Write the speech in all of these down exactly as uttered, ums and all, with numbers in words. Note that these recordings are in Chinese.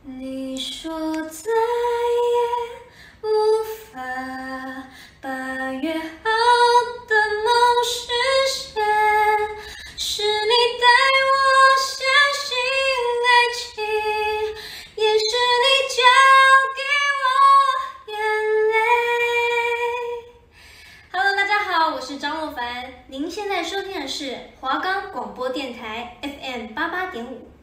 你说再也无法把约好的梦实现，是你带我相信爱情，也是你教给我眼泪。Hello， 大家好，我是张若凡，您现在收听的是华冈广播电台 F M 八八点五。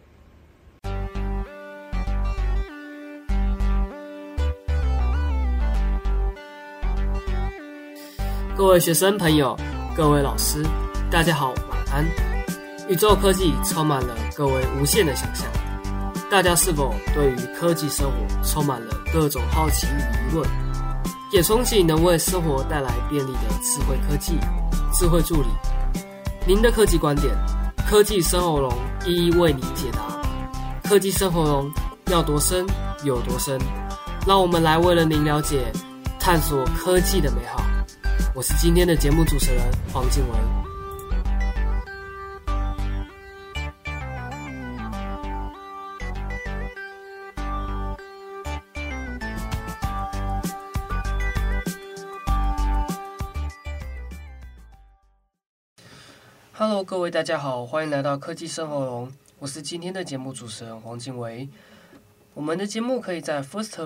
各位学生朋友，各位老师，大家好，晚安。宇宙科技充满了各位无限的想象，大家是否对于科技生活充满了各种好奇与疑问，也憧憬能为生活带来便利的智慧科技、智慧助理？您的科技观点，科技生活龙一一为您解答。科技生活龙要多深有多深，让我们来为了您了解、探索科技的美好。我是今天的节目主持人黄静文。Hello， 各位大家好，欢迎来到科技生活龙，我是今天的节目主持人黄静维。我们的节目可以在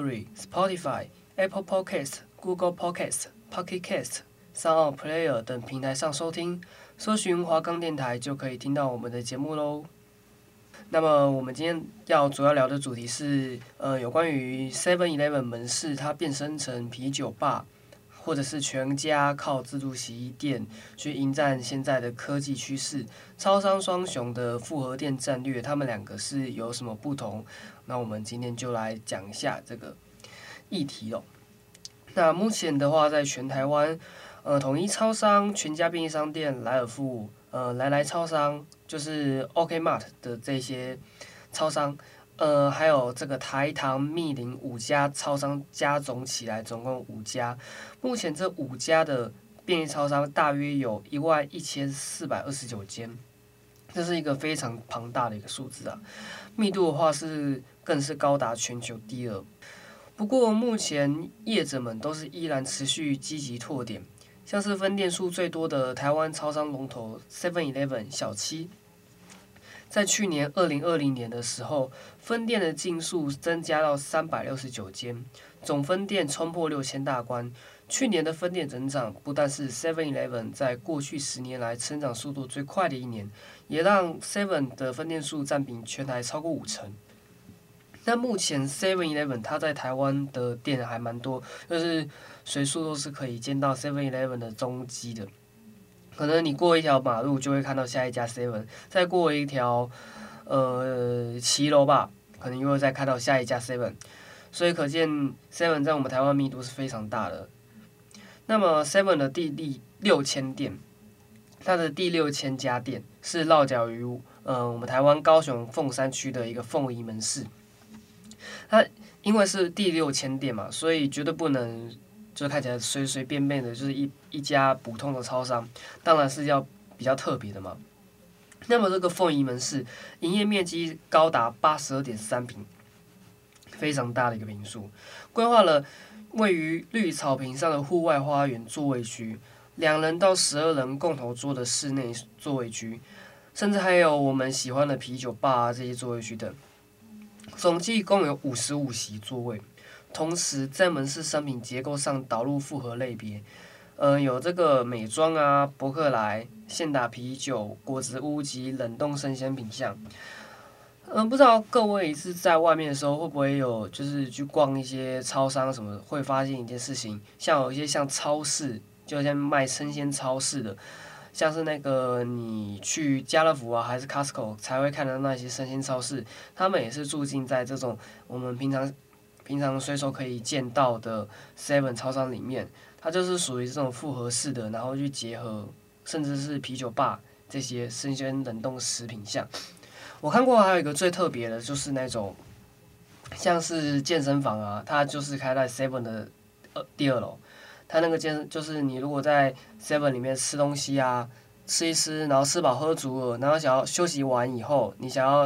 Firstory、Spotify、Apple Podcast、Google Podcast、Pocket Cast、Sound Player 等平台上收听，搜寻华冈电台就可以听到我们的节目喽。那么我们今天要主要聊的主题是，呃，有关于 seven eleven 门市它变身成啤酒吧，或者是全家靠自助洗衣店去迎战现在的科技趋势，超商双雄的复合店战略，他们两个是有什么不同？那我们今天就来讲一下这个议题哦。那目前的话，在全台湾，呃，统一超商、全家便利商店、莱尔富、呃，来来超商，就是 OK Mart 的这些超商，呃，还有这个台糖、密林五家超商加总起来，总共五家。目前这五家的便利超商大约有一万一千四百二十九间，这是一个非常庞大的一个数字啊。密度的话是更是高达全球第二。不过目前业者们都是依然持续积极拓点，像是分店数最多的台湾超商龙头 seven eleven 小七，在去年二零二零年的时候，分店的进数增加到三百六十九间，总分店冲破六千大关。去年的分店增长不但是 seven eleven 在过去十年来成长速度最快的一年，也让 seven 的分店数占比全台超过五成。那目前 seven eleven 它在台湾的店还蛮多，就是随处都是可以见到 seven eleven 的踪迹的。可能你过一条马路就会看到下一家 seven， 再过一条呃骑楼吧，可能又会再看到下一家 seven。所以可见 seven 在我们台湾密度是非常大的。那么 seven 的第六千店，它的第六千家店是落脚于呃我们台湾高雄凤山区的一个凤仪门市。它因为是第六千店嘛，所以绝对不能就看起来随随便便的，就是一一家普通的超商，当然是要比较特别的嘛。那么这个凤仪门市营业面积高达八十二点三坪，非常大的一个坪数，规划了位于绿草坪上的户外花园座位区，两人到十二人共同坐的室内座位区，甚至还有我们喜欢的啤酒吧啊这些座位区等。总计共有五十五席座位，同时在门市商品结构上导入复合类别，呃，有这个美妆啊、伯克莱、现打啤酒、果子屋及冷冻生鲜品项。嗯、呃，不知道各位是在外面的时候会不会有，就是去逛一些超商什么，会发现一件事情，像有一些像超市，就像卖生鲜超市的。像是那个你去家乐福啊，还是 Costco 才会看到那些生鲜超市，他们也是住进在这种我们平常平常随手可以见到的 seven 超商里面，它就是属于这种复合式的，然后去结合甚至是啤酒吧这些生鲜冷冻食品项。我看过还有一个最特别的，就是那种像是健身房啊，它就是开在 seven 的呃第二楼。它那个健就是你如果在 seven 里面吃东西啊，吃一吃，然后吃饱喝足了，然后想要休息完以后，你想要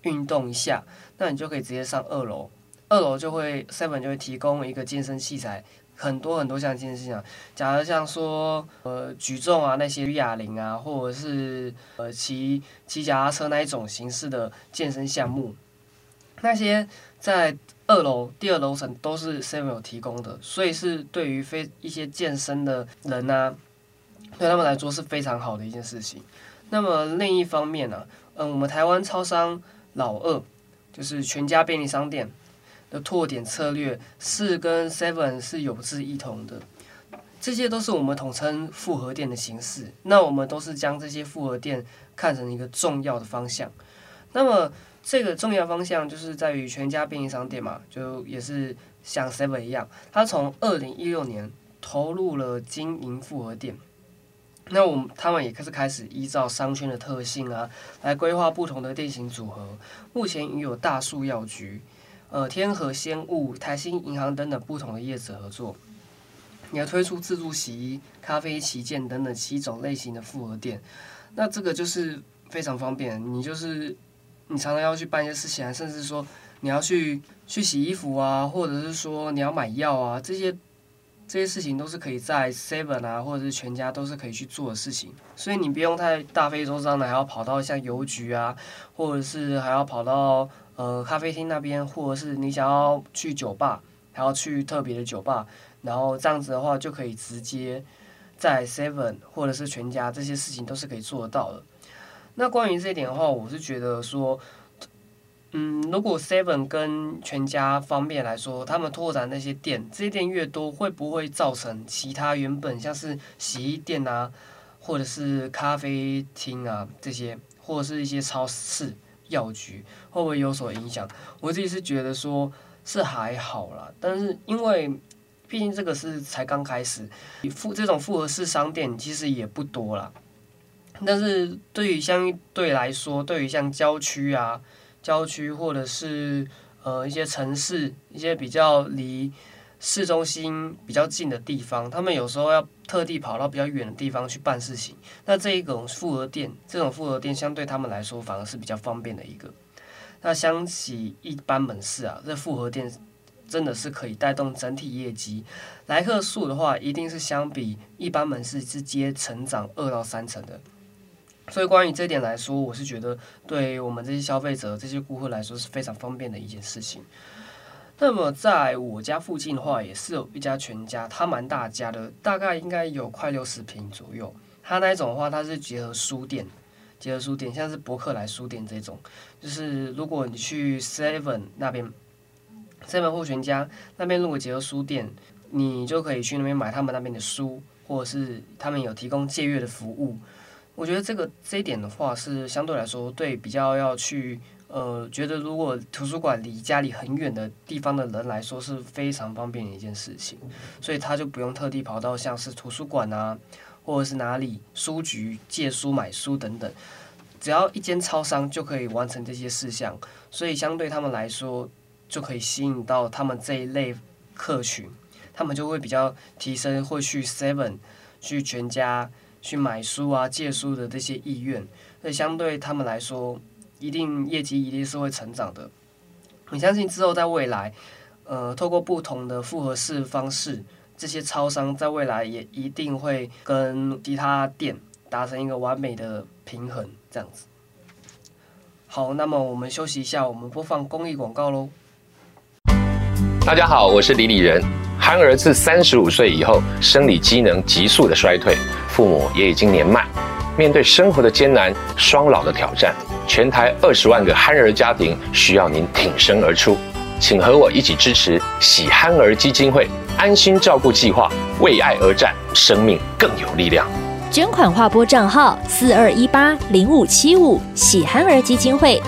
运动一下，那你就可以直接上二楼，二楼就会 Seven 就会提供一个健身器材。很多很多项健身器材，假如像说呃举重啊那些哑铃啊，或者是呃骑骑脚踏车那一种形式的健身项目，那些在二楼第二楼层都是 Seven 有提供的，所以是对于非一些健身的人啊，对他们来说是非常好的一件事情。那么另一方面呢、啊，嗯，我们台湾超商老二就是全家便利商店的拓点策略是跟 Seven 是有志一同的，这些都是我们统称复合店的形式。那我们都是将这些复合店看成一个重要的方向。那么这个重要方向就是在于全家便利商店嘛，就也是像 Seven 一样，它从二零一六年投入了经营复合店。那我们他们也是开始依照商圈的特性啊，来规划不同的店型组合。目前已有大树药局、呃天河鲜物、台新银行等等不同的业者合作，也推出自助洗衣、咖啡旗舰等等七种类型的复合店。那这个就是非常方便，你就是你常常要去办一些事情啊，甚至说你要去去洗衣服啊，或者是说你要买药啊，这些。这些事情都是可以在 Seven 啊，或者是全家都是可以去做的事情，所以你不用太大费周章的，还要跑到像邮局啊，或者是还要跑到呃咖啡厅那边，或者是你想要去酒吧，还要去特别的酒吧，然后这样子的话就可以直接在 Seven 或者是全家这些事情都是可以做得到的。那关于这一点的话，我是觉得说。嗯，如果 Seven 跟全家方面来说，他们拓展那些店，这些店越多，会不会造成其他原本像是洗衣店啊，或者是咖啡厅啊这些，或者是一些超市、药局，会不会有所影响？我自己是觉得说是还好啦，但是因为毕竟这个是才刚开始，复这种复合式商店其实也不多啦。但是对于相对来说，对于像郊区啊。郊区或者是呃一些城市，一些比较离市中心比较近的地方，他们有时候要特地跑到比较远的地方去办事情。那这一种复合店，这种复合店相对他们来说反而是比较方便的一个。那相比一般门市啊，这复合店真的是可以带动整体业绩。来客数的话，一定是相比一般门市直接成长二到三成的。所以关于这点来说，我是觉得对我们这些消费者、这些顾客来说是非常方便的一件事情。那么在我家附近的话，也是有一家全家，它蛮大家的，大概应该有快六十平左右。它那一种的话，它是结合书店，结合书店，像是博客来书店这种，就是如果你去 Seven 那边 ，Seven 或全家那边如果结合书店，你就可以去那边买他们那边的书，或者是他们有提供借阅的服务。我觉得这个这一点的话，是相对来说对比较要去呃，觉得如果图书馆离家里很远的地方的人来说是非常方便的一件事情，所以他就不用特地跑到像是图书馆啊，或者是哪里书局借书买书等等，只要一间超商就可以完成这些事项，所以相对他们来说就可以吸引到他们这一类客群，他们就会比较提升会去 Seven 去全家。去买书啊、借书的这些意愿，所以相对他们来说，一定业绩一定是会成长的。我相信之后在未来，呃，透过不同的复合式方式，这些超商在未来也一定会跟其他店达成一个完美的平衡，这样子。好，那么我们休息一下，我们播放公益广告喽。 大家好，我是李李仁。憨儿自三十五岁以后，生理机能急速的衰退，父母也已经年迈，面对生活的艰难、双老的挑战，全台二十万个憨儿家庭需要您挺身而出，请和我一起支持喜憨儿基金会安心照顾计划，为爱而战，生命更有力量。 捐款划拨账号四二一八零五七五喜憨儿基金会。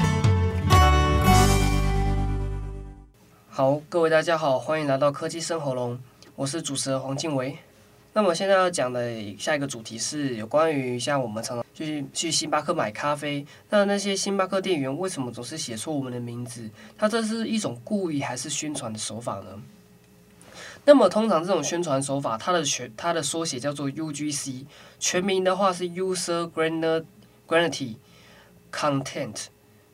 好，各位大家好，欢迎来到科技生喉咙，我是主持人黄敬维。那么现在要讲的下一个主题是有关于像我们常常去去星巴克买咖啡，那那些星巴克店员为什么总是写错我们的名字？它这是一种故意还是宣传的手法呢？那么通常这种宣传手法，它的全它的缩写叫做 U G C， 全名的话是 User Granted Content。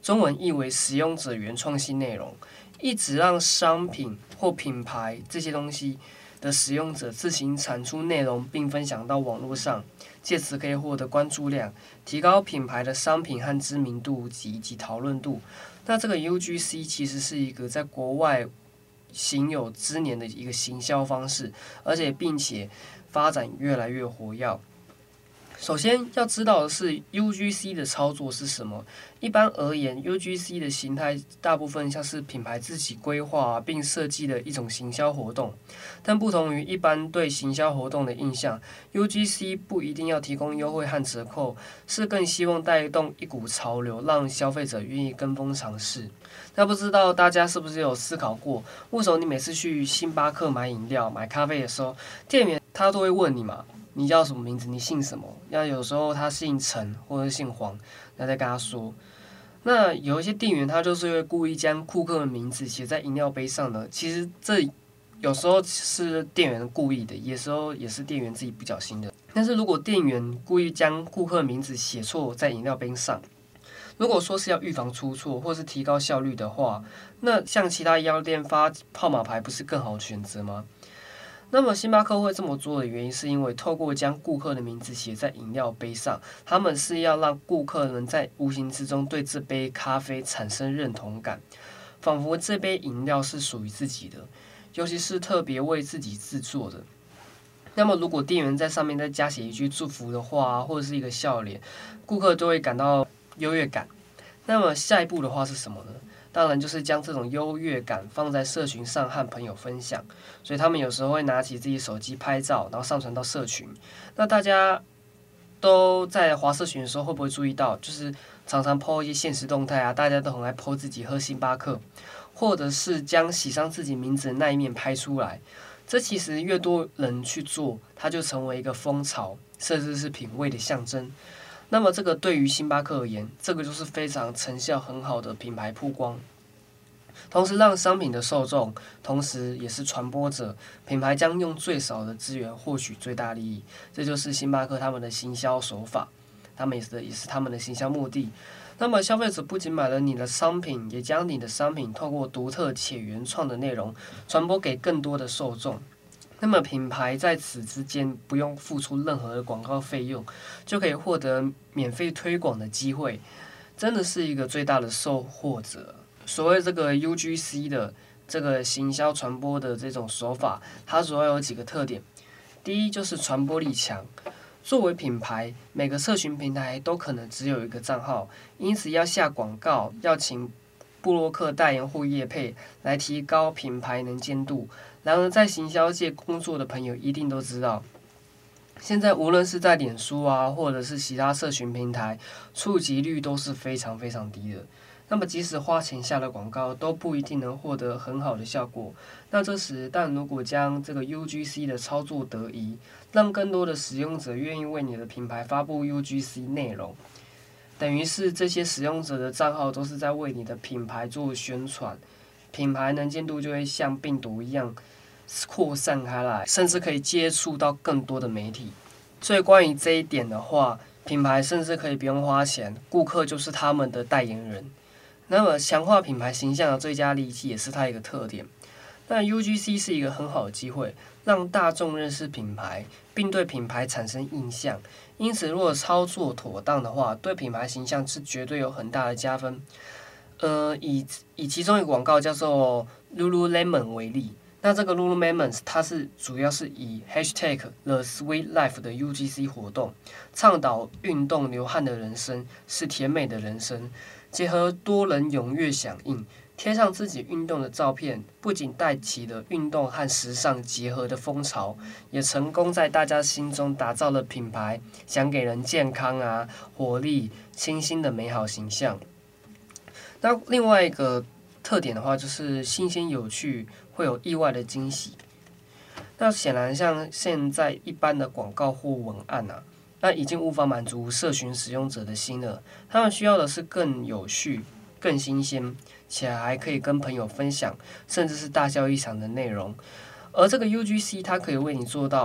中文译为使用者原创性内容，一直让商品或品牌这些东西的使用者自行产出内容并分享到网络上，借此可以获得关注量，提高品牌的商品和知名度及以及讨论度。那这个 U G C 其实是一个在国外行有之年的一个行销方式，而且并且发展越来越活跃。首先要知道的是 U G C 的操作是什么。一般而言 U G C 的形态大部分像是品牌自己规划并设计的一种行销活动，但不同于一般对行销活动的印象， U G C 不一定要提供优惠和折扣，是更希望带动一股潮流，让消费者愿意跟风尝试。那不知道大家是不是有思考过，为什么你每次去星巴克买饮料买咖啡的时候，店员他都会问你嘛，你叫什么名字？你姓什么？那有时候他姓陈或者姓黄，那再跟他说。那有一些店员他就是会故意将顾客的名字写在饮料杯上的，其实这有时候是店员故意的，有时候也是店员自己不小心的。但是如果店员故意将顾客的名字写错在饮料杯上，如果说是要预防出错或是提高效率的话，那像其他饮料店发号码牌不是更好的选择吗？那么星巴克会这么做的原因，是因为透过将顾客的名字写在饮料杯上，他们是要让顾客能在无形之中对这杯咖啡产生认同感，仿佛这杯饮料是属于自己的，尤其是特别为自己制作的。那么如果店员在上面再加写一句祝福的话，或者是一个笑脸，顾客都会感到优越感。那么下一步的话是什么呢？当然就是将这种优越感放在社群上和朋友分享，所以他们有时候会拿起自己手机拍照，然后上传到社群。那大家都在滑社群的时候，会不会注意到，就是常常 po 一些现实动态啊，大家都很爱 po 自己喝星巴克，或者是将写上自己名字的那一面拍出来。这其实越多人去做，它就成为一个风潮，甚至是品味的象征。那么这个对于星巴克而言，这个就是非常成效很好的品牌曝光，同时让商品的受众，同时也是传播者，品牌将用最少的资源获取最大利益。这就是星巴克他们的行销手法，他们也是也是他们的行销目的。那么消费者不仅买了你的商品，也将你的商品透过独特且原创的内容传播给更多的受众。那么品牌在此之间不用付出任何的广告费用，就可以获得免费推广的机会，真的是一个最大的受获者。所谓这个 U G C 的这个行销传播的这种手法，它主要有几个特点。第一就是传播力强。作为品牌，每个社群平台都可能只有一个账号，因此要下广告，要请部落客代言或业配来提高品牌能见度。然而在行销界工作的朋友一定都知道，现在无论是在脸书啊，或者是其他社群平台，触及率都是非常非常低的。那么即使花钱下的广告都不一定能获得很好的效果。那这时，但如果将这个 U G C 的操作得宜，让更多的使用者愿意为你的品牌发布 U G C 内容，等于是这些使用者的账号都是在为你的品牌做宣传，品牌能见度就会像病毒一样扩散开来，甚至可以接触到更多的媒体。所以关于这一点的话，品牌甚至可以不用花钱，顾客就是他们的代言人。那么强化品牌形象的最佳利器也是它一个特点。那 U G C 是一个很好的机会，让大众认识品牌，并对品牌产生印象。因此，如果操作妥当的话，对品牌形象是绝对有很大的加分。呃，以以其中一个广告叫做 Lululemon 为例，那这个 Lululemon 它是主要是以 hashtag The Sweet Life 的 U G C 活动，倡导运动流汗的人生是甜美的人生，结合多人踊跃响应，贴上自己运动的照片，不仅带起了运动和时尚结合的风潮，也成功在大家心中打造了品牌想给人健康啊、活力、清新的美好形象。那另外一个特点的话，就是新鲜有趣，会有意外的惊喜。那显然，像现在一般的广告或文案啊，那已经无法满足社群使用者的心了。他们需要的是更有趣、更新鲜，且还可以跟朋友分享，甚至是大笑一场的内容。而这个 U G C 它可以为你做到，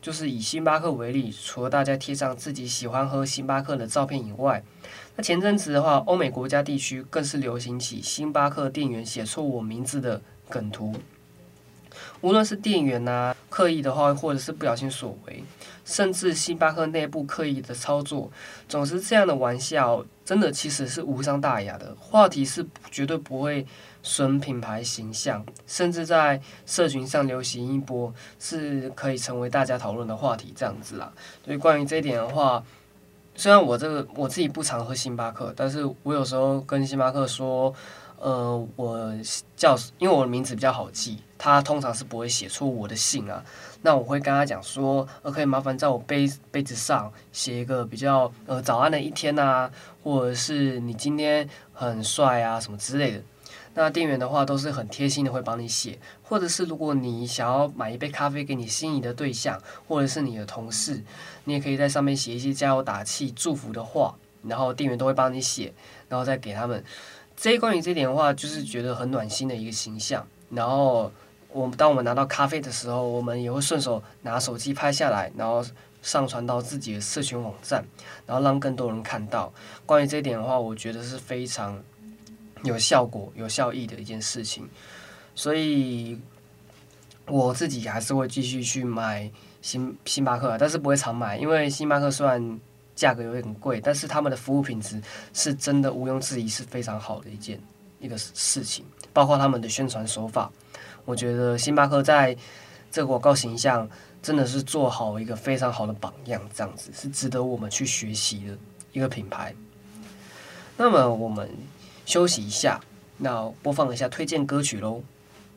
就是以星巴克为例，除了大家贴上自己喜欢喝星巴克的照片以外，那前阵子的话，欧美国家地区更是流行起星巴克店员写错我名字的梗图。无论是店员啊刻意的话，或者是不小心所为，甚至星巴克内部刻意的操作，总之这样的玩笑真的其实是无伤大雅的，话题是绝对不会损品牌形象，甚至在社群上流行一波，是可以成为大家讨论的话题这样子啦。所以关于这一点的话，虽然我这个我自己不常喝星巴克，但是我有时候跟星巴克说，呃，我叫，因为我的名字比较好记，他通常是不会写错我的姓啊。那我会跟他讲说，呃，可以麻烦在我杯杯子上写一个比较呃早安的一天啊，或者是你今天很帅啊什么之类的。那店员的话都是很贴心的会帮你写，或者是如果你想要买一杯咖啡给你心仪的对象，或者是你的同事，你也可以在上面写一些加油打气、祝福的话，然后店员都会帮你写，然后再给他们。这一关于这一点的话，就是觉得很暖心的一个形象。然后我们当我们拿到咖啡的时候，我们也会顺手拿手机拍下来，然后上传到自己的社群网站，然后让更多人看到。关于这一点的话，我觉得是非常有效果、有效益的一件事情。所以我自己还是会继续去买星星巴克，但是不会常买，因为星巴克虽然价格有点贵，但是他们的服务品质是真的毋庸置疑是非常好的一件一个事情，包括他们的宣传手法，我觉得星巴克在这个广告形象真的是做好一个非常好的榜样，这样子是值得我们去学习的一个品牌。那么我们休息一下，那播放一下推荐歌曲咯。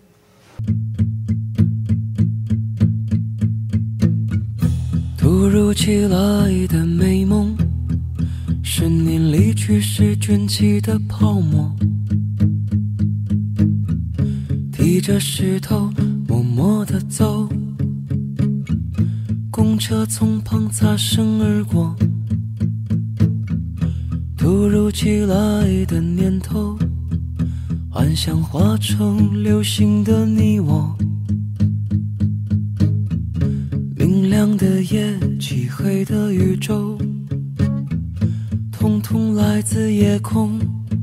突如其来的美梦，十年离去时卷起的泡沫，提着石头默默地走，公车从旁擦身而过。突如其来的念头，幻想化成流星的你我，明亮的夜，漆黑的宇宙，统统来自夜空。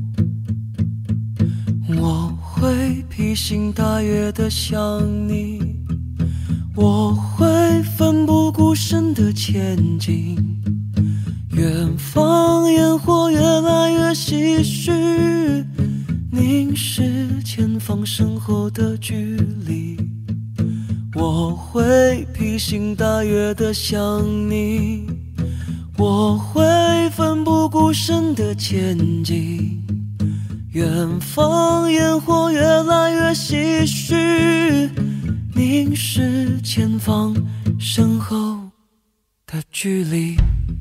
我会披星戴月地想你，我会奋不顾身地前进。远方烟火越来越唏嘘，凝视前方身后的距离。我会披星戴月地想你，我会奋不顾身地前进。远方烟火越来越唏嘘，凝视前方身后的距离。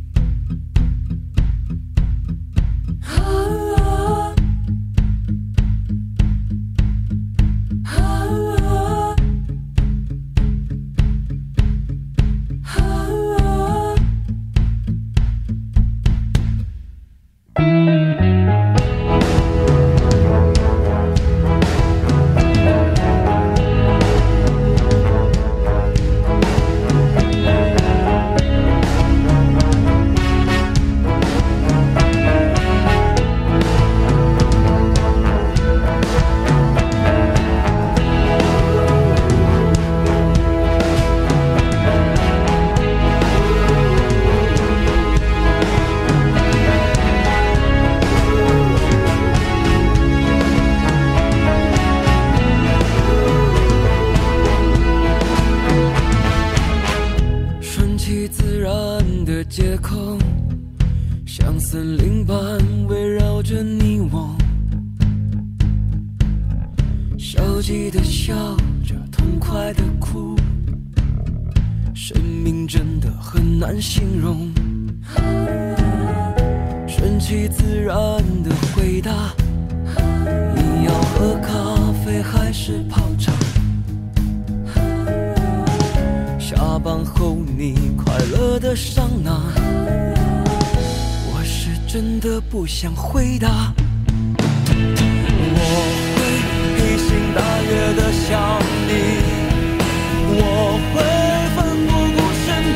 消极的笑着，痛快的哭，生命真的很难形容。顺其自然的回答，你要喝咖啡还是泡茶？下班后你快乐的桑拿，我是真的不想回答。我披星戴月的想你，我会奋不顾身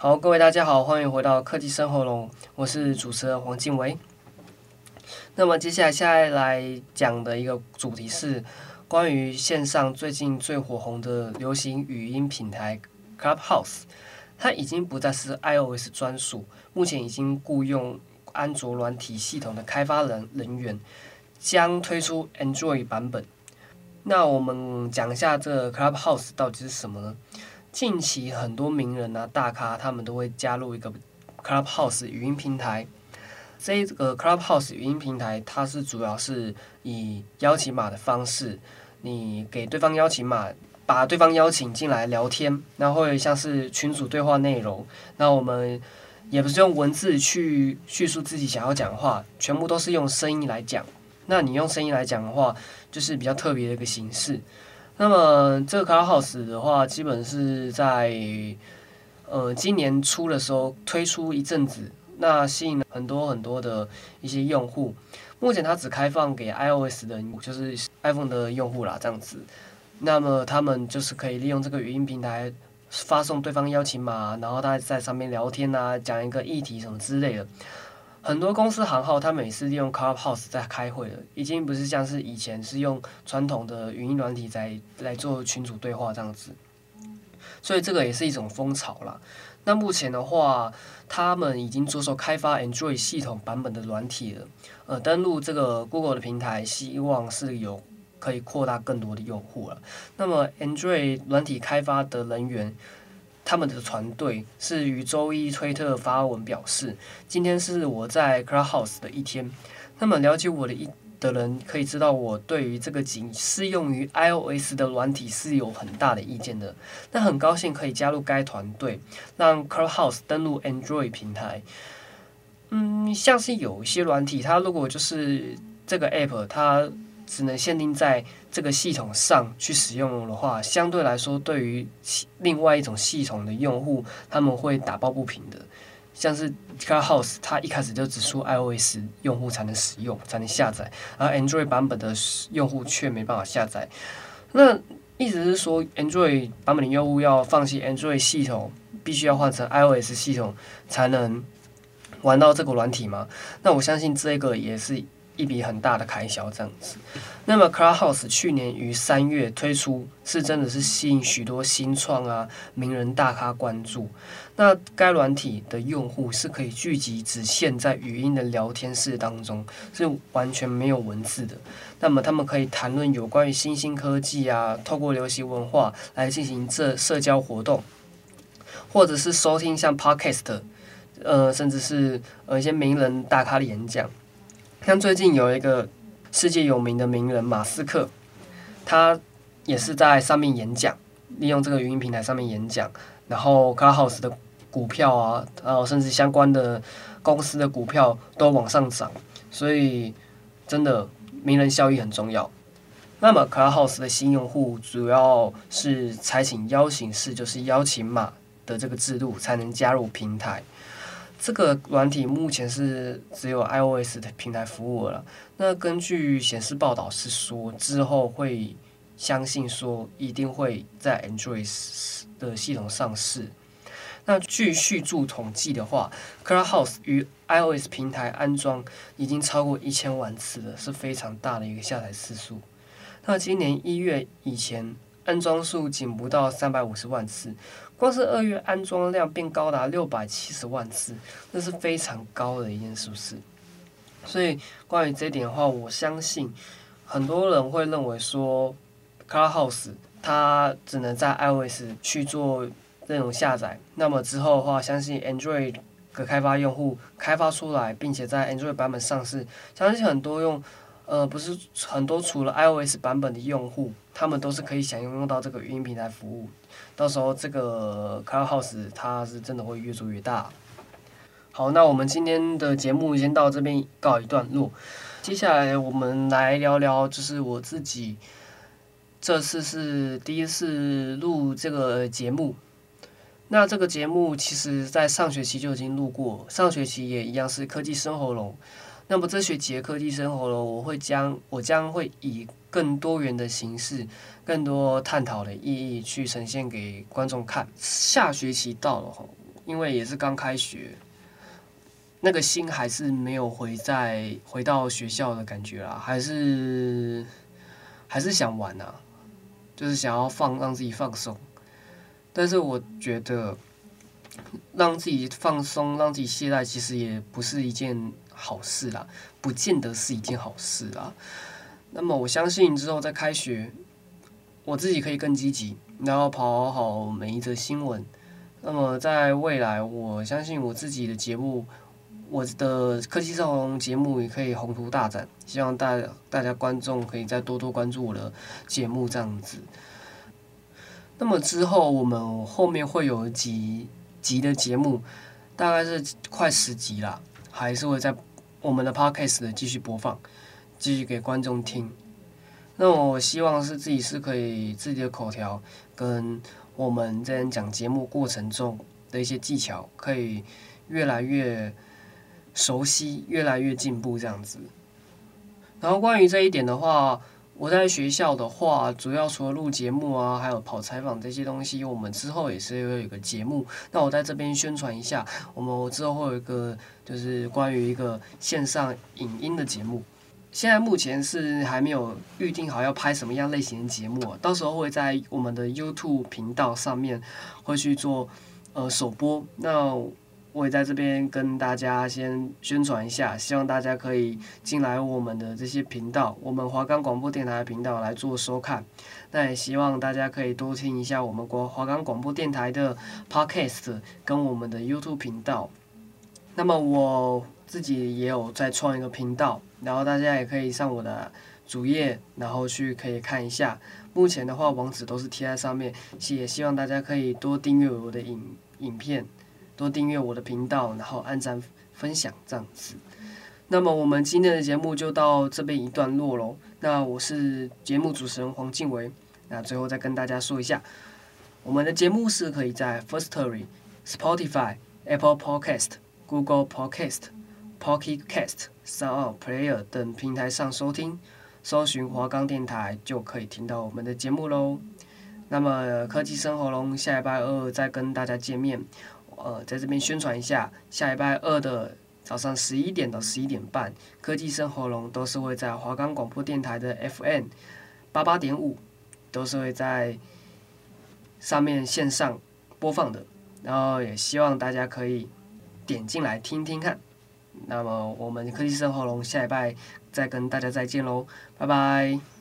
好，各位大家好，欢迎回到科技生活龙，我是主持人黄敬维。那么接下来下来讲的一个主题是关于线上最近最火红的流行语音平台 Clubhouse， 它已经不再是 iOS 专属，目前已经雇用安卓软体系统的开发人人员，将推出 Android 版本。那我们讲一下这个 Clubhouse 到底是什么呢？近期很多名人啊、大咖，他们都会加入一个 Clubhouse 语音平台。这个 Clubhouse 语音平台，它是主要是以邀请码的方式，你给对方邀请码，把对方邀请进来聊天，然后会像是群组对话内容。那我们也不是用文字去叙述自己想要讲的话，全部都是用声音来讲。那你用声音来讲的话，就是比较特别的一个形式。那么这个 Clubhouse 的话，基本是在呃今年初的时候推出一阵子，那吸引了很多很多的一些用户。目前它只开放给 iOS 的，就是 iPhone 的用户啦，这样子。那么他们就是可以利用这个语音平台发送对方邀请码，然后他在上面聊天啊，讲一个议题什么之类的。很多公司行号，他们也是利用 Clubhouse 在开会的，已经不是像是以前是用传统的语音软体在来做群组对话这样子，所以这个也是一种风潮啦。那目前的话，他们已经着手开发 Android 系统版本的软体了，呃，登录这个 Google 的平台，希望是有可以扩大更多的用户了。那么 Android 软体开发的人员，他们的团队是于周一推特发文表示，今天是我在 Clubhouse 的一天。那么了解我的一的人可以知道，我对于这个仅适用于 iOS 的软体是有很大的意见的。那很高兴可以加入该团队，让 Clubhouse 登陆 Android 平台。嗯，像是有一些软体，它如果就是这个 App 它只能限定在这个系统上去使用的话，相对来说，对于另外一种系统的用户，他们会打抱不平的。像是 Clubhouse， 它一开始就只出 iOS 用户才能使用、才能下载，而 Android 版本的用户却没办法下载。那意思是说 ，Android 版本的用户要放弃 Android 系统，必须要换成 iOS 系统才能玩到这个软体吗？那我相信这个也是一笔很大的开销，这样子。那么 Clubhouse 去年于三月推出，是真的是吸引许多新创啊、名人大咖关注。那该软体的用户是可以聚集只限在语音的聊天室当中，是完全没有文字的。那么他们可以谈论有关于新兴科技啊，透过流行文化来进行这社交活动，或者是收听像 Podcast， 呃，甚至是呃一些名人大咖的演讲。像最近有一个世界有名的名人马斯克，他也是在上面演讲，利用这个语音平台上面演讲，然后 Clubhouse 的股票啊，然后甚至相关的公司的股票都往上涨，所以真的名人效益很重要。那么 Clubhouse 的新用户主要是采取邀请式，就是邀请码的这个制度才能加入平台。这个软体目前是只有 iOS 的平台服务了。那根据显示报道是说，之后会相信说一定会在 Android 的系统上市。那据续注统计的话 ，Clubhouse 于 iOS 平台安装已经超过一千万次了，是非常大的一个下载次数。那今年一月以前，安装数仅不到三百五十万次。光是二月安装量便高达六百七十万次，这是非常高的一件事情。所以关于这一点的话，我相信很多人会认为说 Clubhouse 它只能在 iOS 去做这种下载，那么之后的话，相信 Android 的开发用户开发出来，并且在 Android 版本上市，相信很多用呃不是很多除了 iOS 版本的用户，他们都是可以享用到这个语音平台服务。到时候这个 Clubhouse 它是真的会越做越大。好，那我们今天的节目先到这边告一段落。接下来我们来聊聊，就是我自己这次是第一次录这个节目。那这个节目其实在上学期就已经录过，上学期也一样是科技生活龙。那么这学期的科技生活龙，我会将我将会以更多元的形式、更多探讨的意义去呈现给观众看。下学期到了， 因为也是刚开学，那个心还是没有回在回到学校的感觉啦，还是还是想玩啊，就是想要放让自己放松。但是我觉得让自己放松、让自己懈怠，其实也不是一件好事啦，不见得是一件好事啦。那么我相信之后在开学，我自己可以更积极，然后跑好每一则新闻。那么在未来，我相信我自己的节目，我的科技生活节目也可以宏图大展。希望大大家观众可以再多多关注我的节目，这样子。那么之后我们后面会有几集的节目，大概是快十集啦，还是会在我们的 podcast 的继续播放，继续给观众听。那我希望是自己是可以自己的口条跟我们在讲节目过程中的一些技巧，可以越来越熟悉，越来越进步这样子。然后关于这一点的话，我在学校的话，主要除了录节目啊，还有跑采访这些东西，我们之后也是会有一个节目。那我在这边宣传一下，我们之后会有一个就是关于一个线上影音的节目。现在目前是还没有预定好要拍什么样类型的节目、啊，到时候会在我们的 YouTube 频道上面会去做呃首播。那我也在这边跟大家先宣传一下，希望大家可以进来我们的这些频道，我们华冈广播电台的频道来做收看。那也希望大家可以多听一下我们国华冈广播电台的 Podcast 跟我们的 YouTube 频道。那么我自己也有在创一个频道，然后大家也可以上我的主页，然后去可以看一下。目前的话，网址都是贴在上面，也希望大家可以多订阅我的影影片。多订阅我的频道，然后按赞分享这样子。那么我们今天的节目就到这边一段落咯。那我是节目主持人黄敬维。那最后再跟大家说一下，我们的节目是可以在 Firstory、Spotify、Apple Podcast、Google Podcast、Pocket Cast、Sound Player 等平台上收听，搜寻华冈电台就可以听到我们的节目咯。那么科技生活龙下礼拜二再跟大家见面。呃，在这边宣传一下，下礼拜二的早上十一点到十一点半，科技生活龙都是会在华冈广播电台的 F M 八八点五，都是会在上面线上播放的。然后也希望大家可以点进来听听看。那么我们科技生活龙下礼拜再跟大家再见喽，拜拜。